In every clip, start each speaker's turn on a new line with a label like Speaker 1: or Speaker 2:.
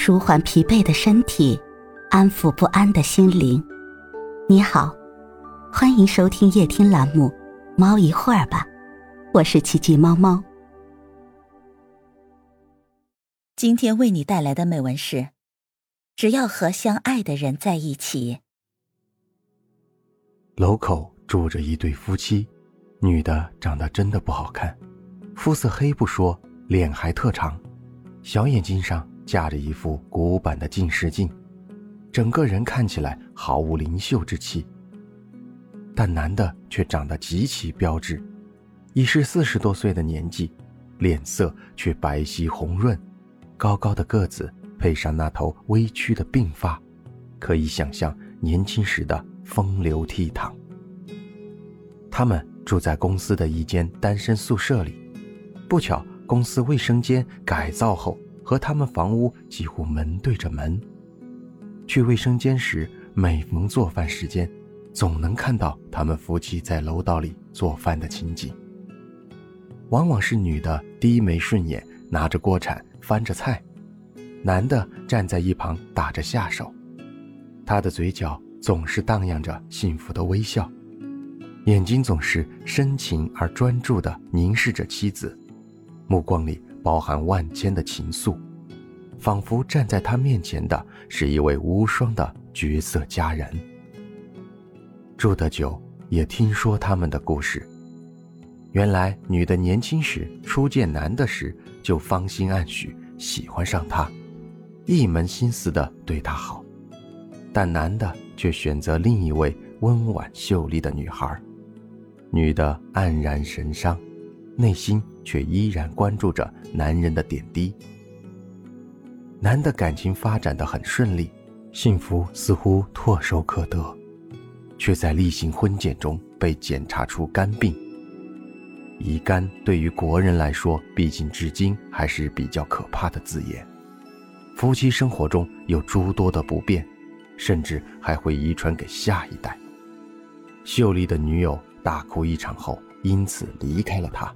Speaker 1: 舒缓疲惫的身体，安抚不安的心灵。你好，欢迎收听夜听栏目《猫一会儿吧》，我是奇迹猫猫。今天为你带来的美文是：只要和相爱的人在一起。
Speaker 2: 楼口住着一对夫妻，女的长得真的不好看，肤色黑不说，脸还特长，小眼睛上架着一副古板的近视镜，整个人看起来毫无灵秀之气。但男的却长得极其标致，已是40多岁的年纪，脸色却白皙红润，高高的个子配上那头微曲的鬓发，可以想象年轻时的风流倜傥。他们住在公司的一间单身宿舍里，不巧公司卫生间改造后和他们房屋几乎门对着门。去卫生间时，每逢做饭时间，总能看到他们夫妻在楼道里做饭的情景。往往是女的低眉顺眼，拿着锅铲翻着菜，男的站在一旁打着下手。他的嘴角总是荡漾着幸福的微笑，眼睛总是深情而专注地凝视着妻子，目光里包含万千的情愫，仿佛站在他面前的是一位无双的绝色佳人。住得久，也听说他们的故事。原来女的年轻时初见男的时，就芳心暗许，喜欢上他，一门心思地对他好。但男的却选择另一位温婉秀丽的女孩，女的黯然神伤，内心却依然关注着男人的点滴。男的感情发展得很顺利，幸福似乎唾手可得，却在例行婚检中被检查出肝病。乙肝对于国人来说，毕竟至今还是比较可怕的字眼。夫妻生活中有诸多的不便，甚至还会遗传给下一代。秀丽的女友大哭一场后，因此离开了他。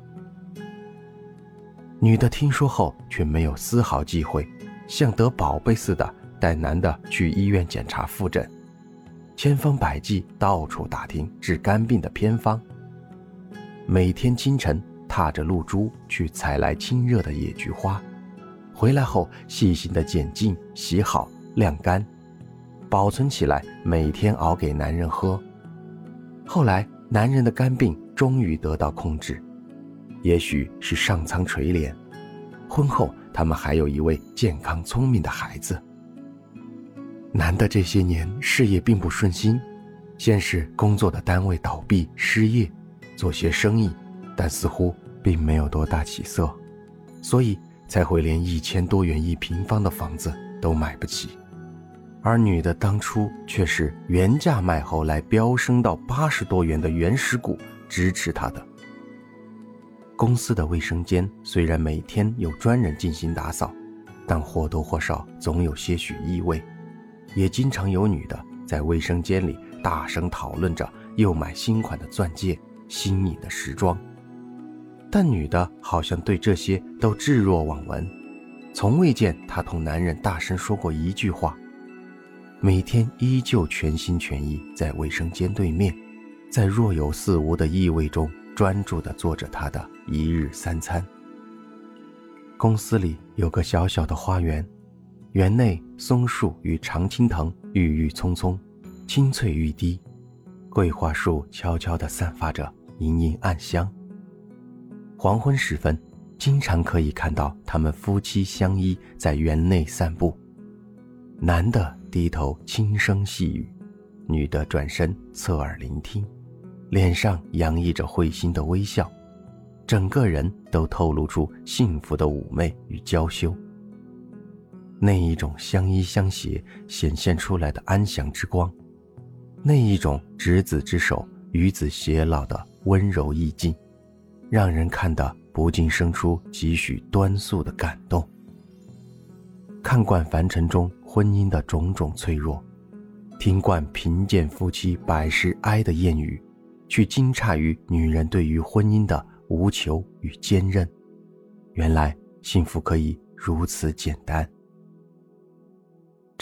Speaker 2: 女的听说后却没有丝毫忌讳，像得宝贝似的带男的去医院检查复诊，千方百计到处打听治肝病的偏方。每天清晨踏着露珠去采来清热的野菊花，回来后细心地剪净洗好晾干，保存起来每天熬给男人喝。后来男人的肝病终于得到控制，也许是上苍垂怜，婚后他们还有一位健康聪明的孩子。男的这些年事业并不顺心，先是工作的单位倒闭失业，做些生意，但似乎并没有多大起色，所以才会连1000多元1平方的房子都买不起。而女的当初却是原价卖后来飙升到80多元的原始股支持她的。公司的卫生间虽然每天有专人进行打扫，但或多或少总有些许异味，也经常有女的在卫生间里大声讨论着又买新款的钻戒、新颖的时装。但女的好像对这些都置若罔闻，从未见她同男人大声说过一句话。每天依旧全心全意在卫生间对面，在若有似无的意味中专注地做着她的一日三餐。公司里有个小小的花园，园内松树与常青藤郁郁葱葱，青翠欲滴，桂花树悄悄地散发着盈盈暗香。黄昏时分，经常可以看到他们夫妻相依在园内散步，男的低头轻声细语，女的转身侧耳聆听，脸上洋溢着会心的微笑，整个人都透露出幸福的妩媚与娇羞。那一种相依相携显现出来的安详之光，那一种执子之手与子偕老的温柔意境，让人看得不禁生出几许端肃的感动。看惯凡尘中婚姻的种种脆弱，听惯贫贱夫妻百事哀的谚语，去惊诧于女人对于婚姻的无求与坚韧。原来幸福可以如此简单。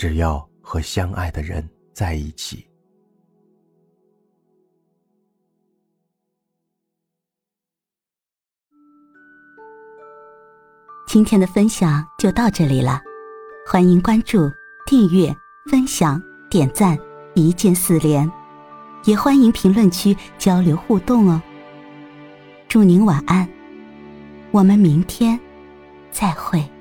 Speaker 2: 只要和相爱的人在一起。
Speaker 1: 今天的分享就到这里了，欢迎关注、订阅、分享、点赞，一键4连，也欢迎评论区交流互动哦。祝您晚安，我们明天再会。